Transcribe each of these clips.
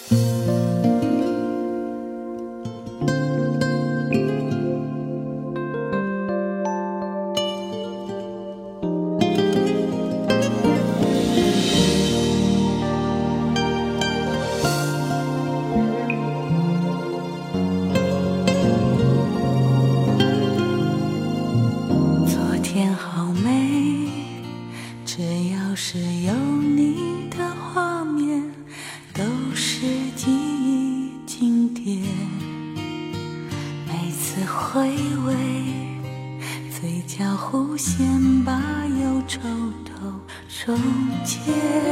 回味，嘴角弧线把忧愁都终结。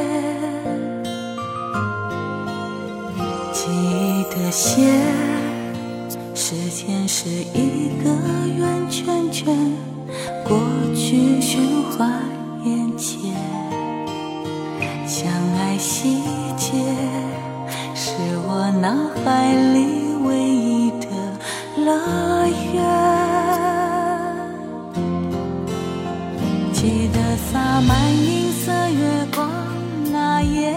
记忆的线，时间是一个圆圈圈，过去循环眼前。相爱细节，是我脑海里唯一的乐园。记得洒满银色月光那夜，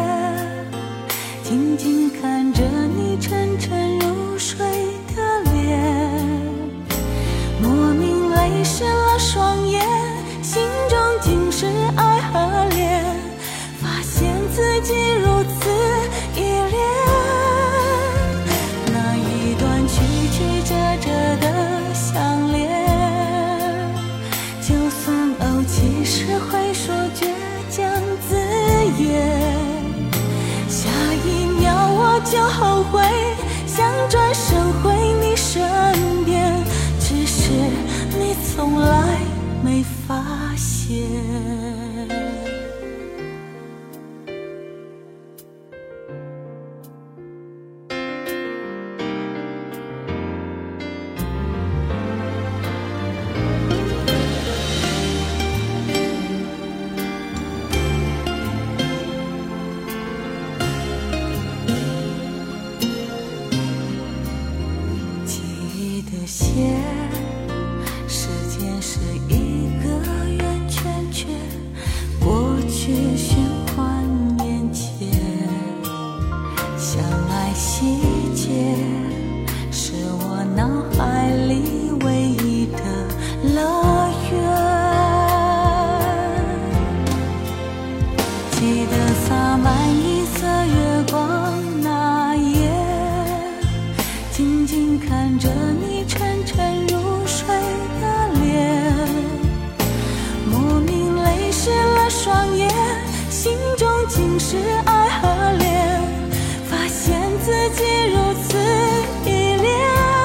静静看着你沉沉入睡的脸，莫名泪湿了双眼，心中尽是爱和怜，发现自己如此依恋。那一段曲曲折折的相恋，就算怄气时会说倔强字眼，下一秒我就后悔，想转身回你身边，只是你从来没发现。线，时间是一个圆圈圈，过去循环眼前。相爱细节，是我脑海里唯一的乐园。记得洒满银色月光那夜，静静看着你沉沉入睡的脸，莫名泪湿了双眼，心中尽是爱和怜，发现自己如此依恋。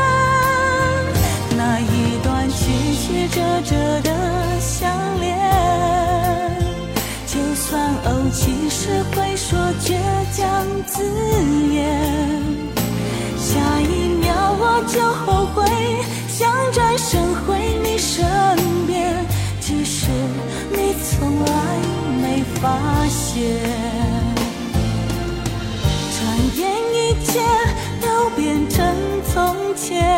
那一段曲曲折折的相恋，就算怄气时会说倔强字眼，下一秒我就后悔，想转身回你身边，只是你从来没发现。转眼一切都变成从前，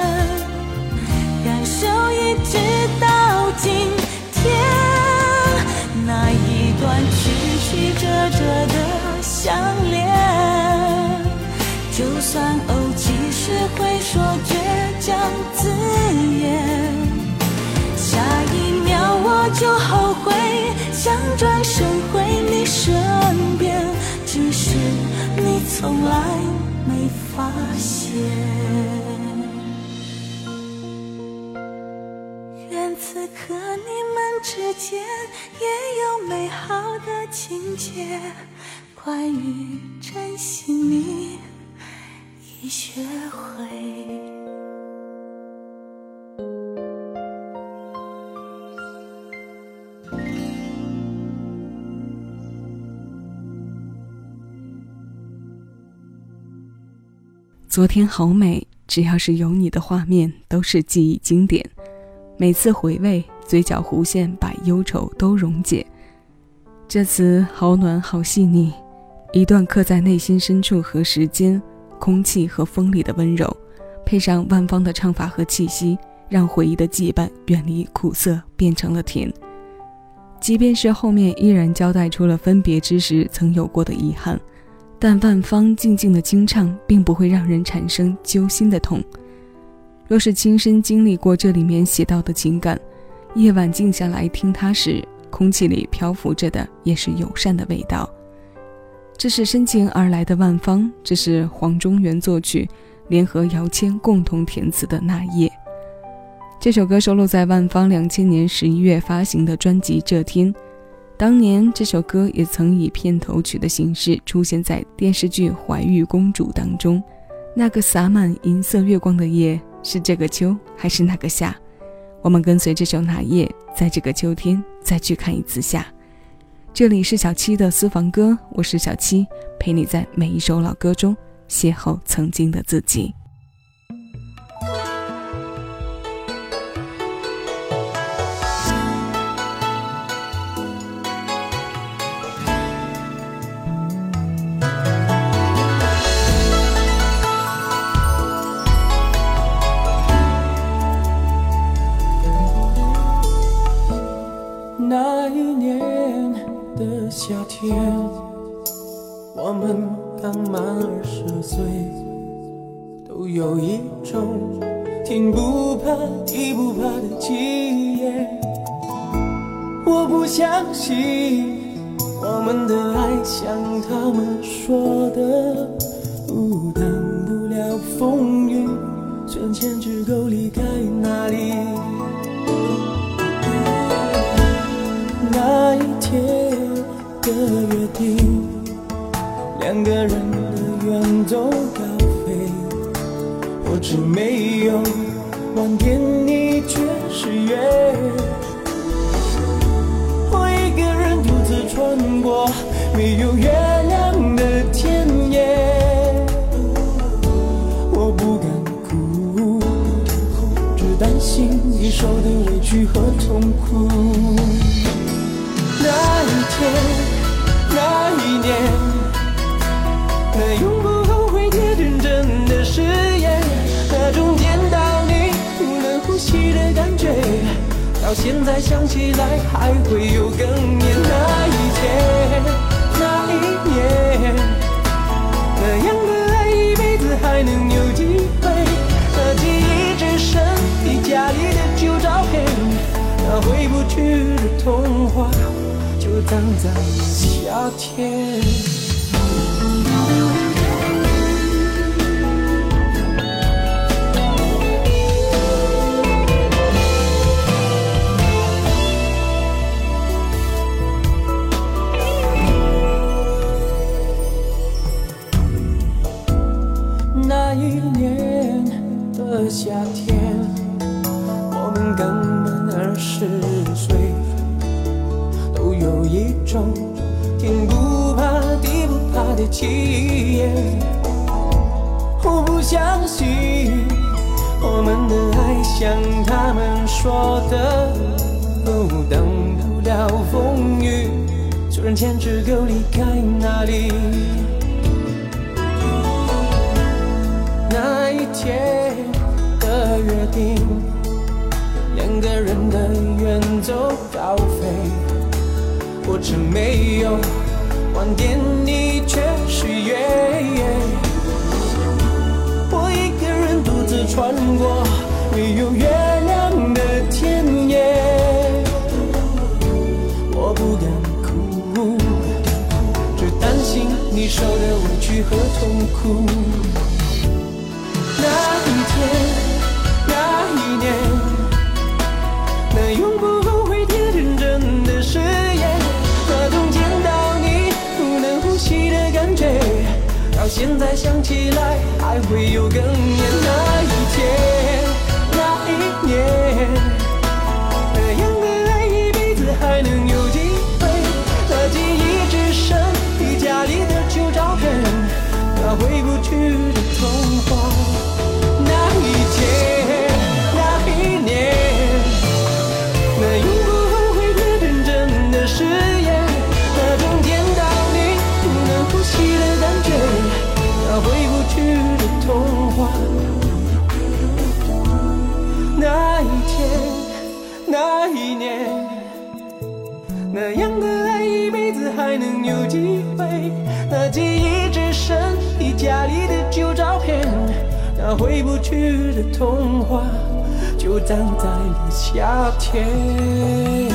感受一直到今天。那一段曲曲折折的相恋，就算怄气时会说倔强字眼，下一秒我就后悔，想转身回你身边，只是你从来没发现。愿此刻你们之间也有美好的情节，关于珍惜你已学会。 昨天好美，只要是有你的画面都是记忆经典，每次回味，嘴角弧线把忧愁都溶解。这词好暖好细腻，一段刻在内心深处和时间、空气和风里的温柔，配上万芳的唱法和气息，让回忆的羁绊远离苦涩，变成了甜。即便是后面依然交代出了分别之时曾有过的遗憾， 但万芳静静的清唱并不会让人产生揪心的痛。若是亲身经历过这里面写到的情感，夜晚静下来听它时，空气里漂浮着的也是友善的味道。这是深情而来的万芳，这是黄中原作曲，联合姚谦共同填词的那夜。这首歌收录在万芳2000年11月发行的专辑《这天》，当年这首歌也曾以片头曲的形式出现在电视剧《怀玉公主》当中。那个洒满银色月光的夜，是这个秋还是那个夏？我们跟随这首那夜，在这个秋天再去看一次夏。这里是小七的私房歌，我是小七，陪你在每一首老歌中邂逅曾经的自己。 那一年的夏天，我们刚满20岁，都有一种天不怕地不怕的气焰。我不相信我们的爱像他们说的挡不了风雨，存钱只够离开那里。那一天的约定，两个人的远走高飞，我只没有晚点，你却是约。我一个人独自穿过没有月亮的田野，我不敢哭，只担心你受的委屈和痛苦。那一天，那一年，那永不后悔也真正的誓言，那种见到你不能呼吸的感觉，到现在想起来还会有哽咽。那一天，那一年，那样的爱一辈子还能有机会，那记忆只剩你家里的旧照片，那回不去的童话就葬在夏天。那一年的夏天，我们刚满20岁，都有一种天不怕地不怕的气焰。我不相信我们的爱像他们说的挡不了风雨，虽然钱只够离开那里。那一天的约定，两个人的远走高飞，我只没有晚点，你却是约。我一个人独自穿过没有月亮的田野，我不敢哭，只担心你受的委屈和痛苦。那一天，那一年，那永不后悔也真正的誓言，那种见到你不能呼吸的感觉，到现在想起来还会有哽咽。那一天，那一年，那样的爱一辈子还能有机会，那记忆只剩你家里的旧照片，那回不去的童话。那一天，那一年，那永不后悔也真正的誓言，那种见到你不能呼吸的感觉，那回不去的童话。那一天，那一年，那样的爱一辈子还能有机会，那记忆只家里的旧照片，那回不去的童话就站在了夏天。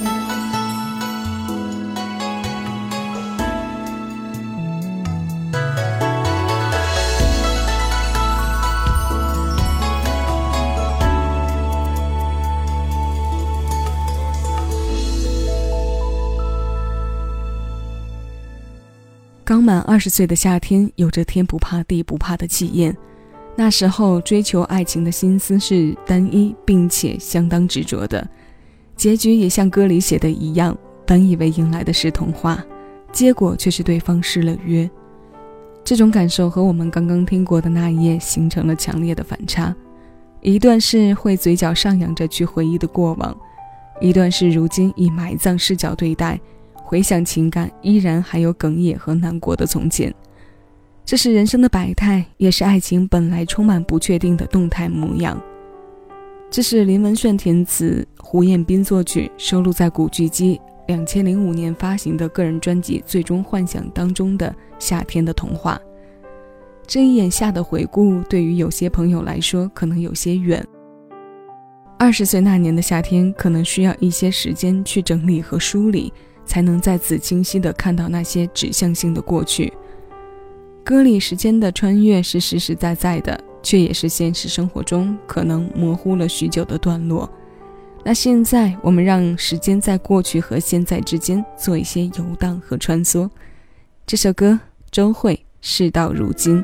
刚满20岁的夏天，有着天不怕地不怕的气焰。那时候追求爱情的心思是单一并且相当执着的，结局也像歌里写的一样，本以为迎来的是童话，结果却是对方失了约。这种感受和我们刚刚听过的那一页形成了强烈的反差，一段是会嘴角上扬着去回忆的过往，一段是如今以埋葬视角对待，回想情感依然还有哽咽和难过的从前。这是人生的百态，也是爱情本来充满不确定的动态模样。这是林文炫填词，胡彦斌作曲，收录在古巨基2005年发行的个人专辑《最终幻想》当中的《夏天的童话》。这一眼下的回顾，对于有些朋友来说可能有些远。20岁那年的夏天，可能需要一些时间去整理和梳理，才能再次清晰地看到那些指向性的过去。歌里时间的穿越是实实在在的，却也是现实生活中可能模糊了许久的段落。那现在我们让时间在过去和现在之间做一些游荡和穿梭。这首歌周蕙，事到如今。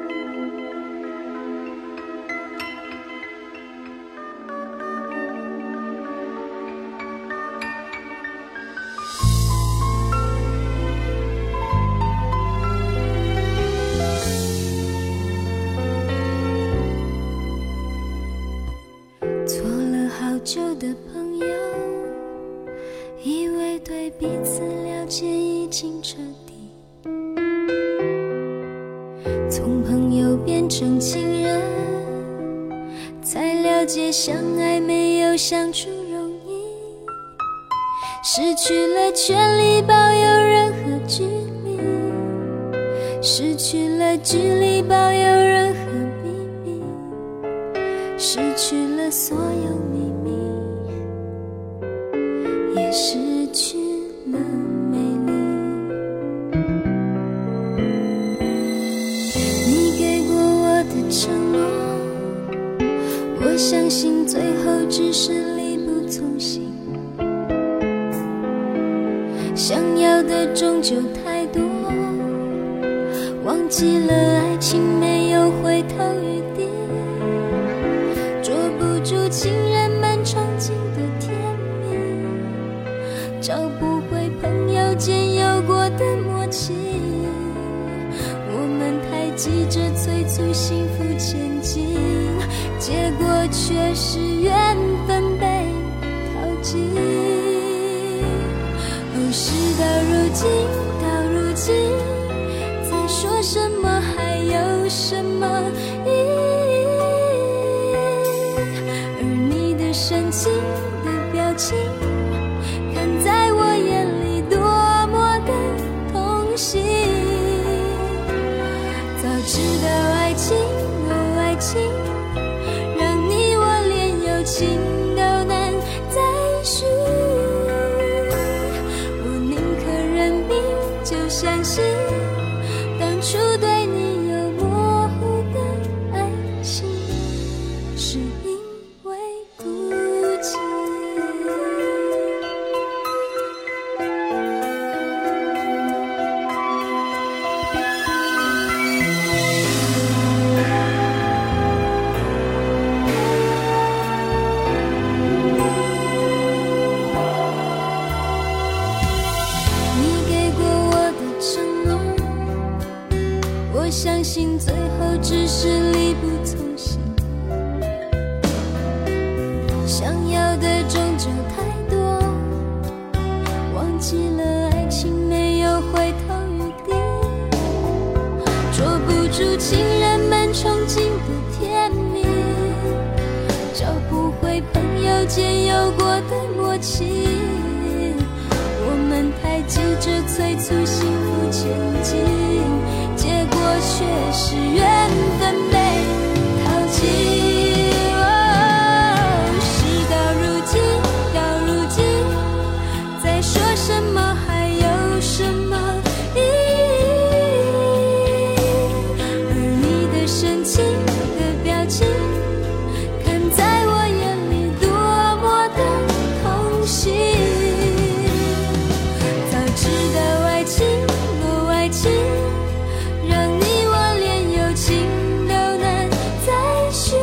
旧的朋友，以为对彼此了解已经彻底，从朋友变成情人，才了解相爱没有相处容易，失去了权利保有任何距离，失去了距离保有任何秘密，失去了所有秘密，也失去了美丽。你给过我的承诺，我相信最后只是力不从心，想要的终究太多，忘记了爱情没有回头余地，捉不住情人们憧憬的甜蜜，找不回朋友间有过的默契，我们太急着催促幸福前进，结果却是缘分被淘尽。哦，事到如今，到如今，再说什么还有什么意义？而你的深情的表情，看在我眼里多么的痛心。早知道爱情，哦爱情，让你我连友情都难再续。我宁可认命，就相信当初对你有模糊的爱情，是因为孤寂。你给过我的承诺，我相信最后只是力不从心，想要的终究太多，忘记了爱情没有回头余地，捉不住情人们憧憬的甜蜜，找不回朋友间有过的默契，我们太急着催促幸福前进，结果却是是缘分没靠近。事到如今，到如今，再说什么还有什么意义？而你的深情的表情，看在我眼里多么的痛心。早知道爱情不爱情，让你我连友情都难再续。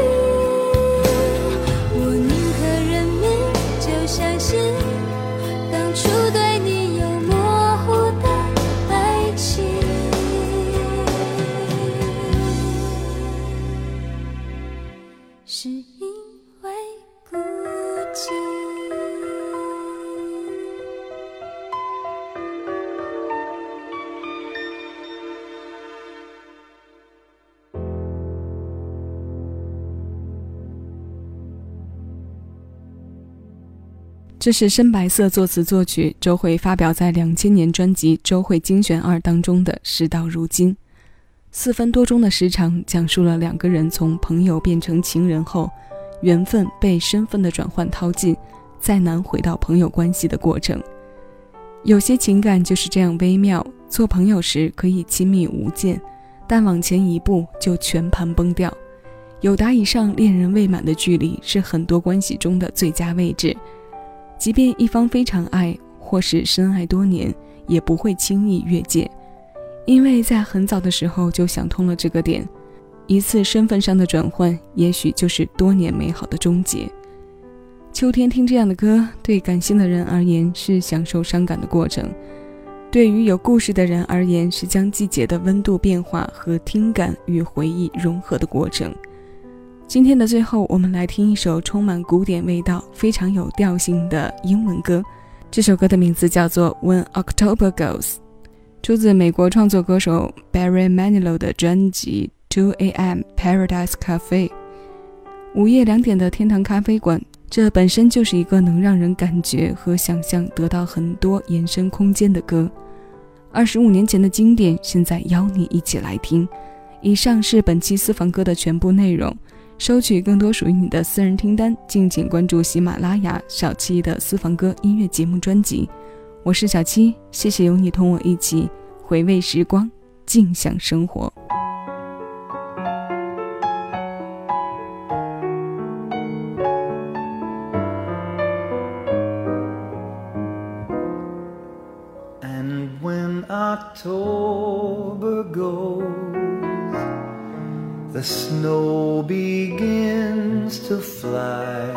我宁可认命，就相信当初对你有模糊的爱情。是因为孤寂。 这是深白色作词作曲，周蕙发表在2000年专辑《周蕙精选2》当中的《事到如今》。4分多钟的时长，讲述了2个人从朋友变成情人后，缘分被身份的转换掏尽，再难回到朋友关系的过程。有些情感就是这样微妙，做朋友时可以亲密无间，但往前一步就全盘崩掉。有达以上恋人未满的距离，是很多关系中的最佳位置。即便一方非常爱，或是深爱多年，也不会轻易越界，因为在很早的时候就想通了这个点。一次身份上的转换，也许就是多年美好的终结。秋天听这样的歌，对感性的人而言是享受伤感的过程，对于有故事的人而言，是将季节的温度变化和听感与回忆融合的过程。今天的最后，我们来听一首充满古典味道、非常有调性的英文歌。这首歌的名字叫做 When October Goes， 出自美国创作歌手 Barry Manilow 的专辑 2 AM Paradise Cafe。 午夜2点的天堂咖啡馆，这本身就是一个能让人感觉和想象得到很多延伸空间的歌。25年前的经典，现在邀你一起来听。以上是本期私房歌的全部内容。收取更多属于你的私人听单，敬请关注喜马拉雅小七的私房歌音乐节目专辑。我是小七，谢谢有你同我一起回味时光，静享生活。 And when October goes, the snow begins to fly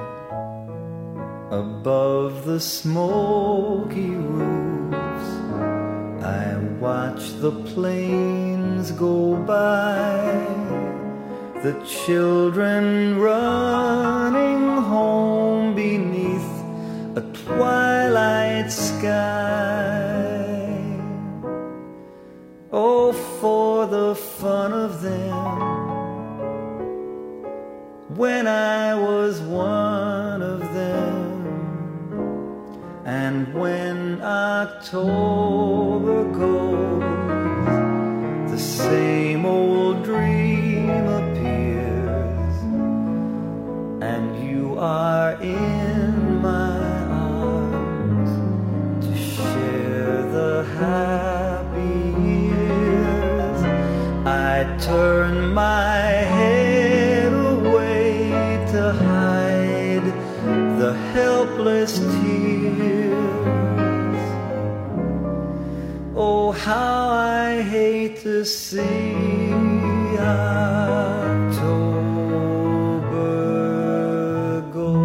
above the smoky roofs. I watch the planes go by, the children running home beneath a twilight sky. Oh, for the fun of them, when I was one of them. And when October goes, the same old dream appears, and you are in my arms to share the happy years. I turn my head away to hide the helpless tears. Oh, how I hate to see October go.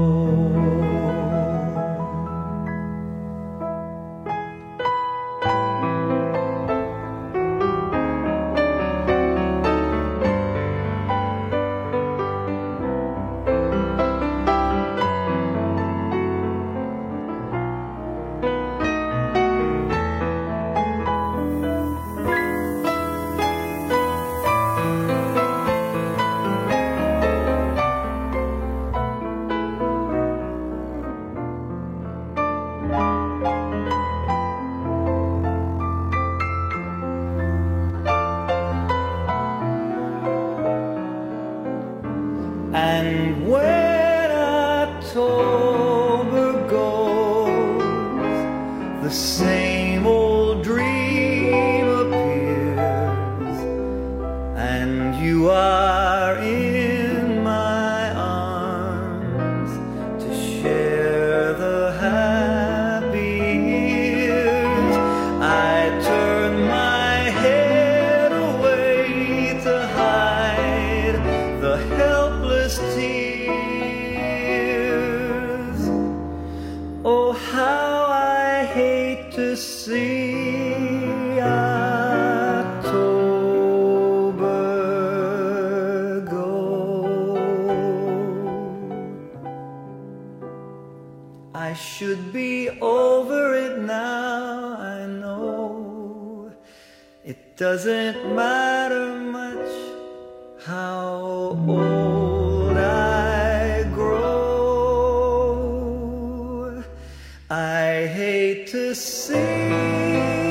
same old dream appears, and you are in my arms to share the happy years. I turn my head away to hide the helpless tears. Oh, how I hate to see October go. I should be over it now, I know. It doesn't matter much how old I grow. I hate to see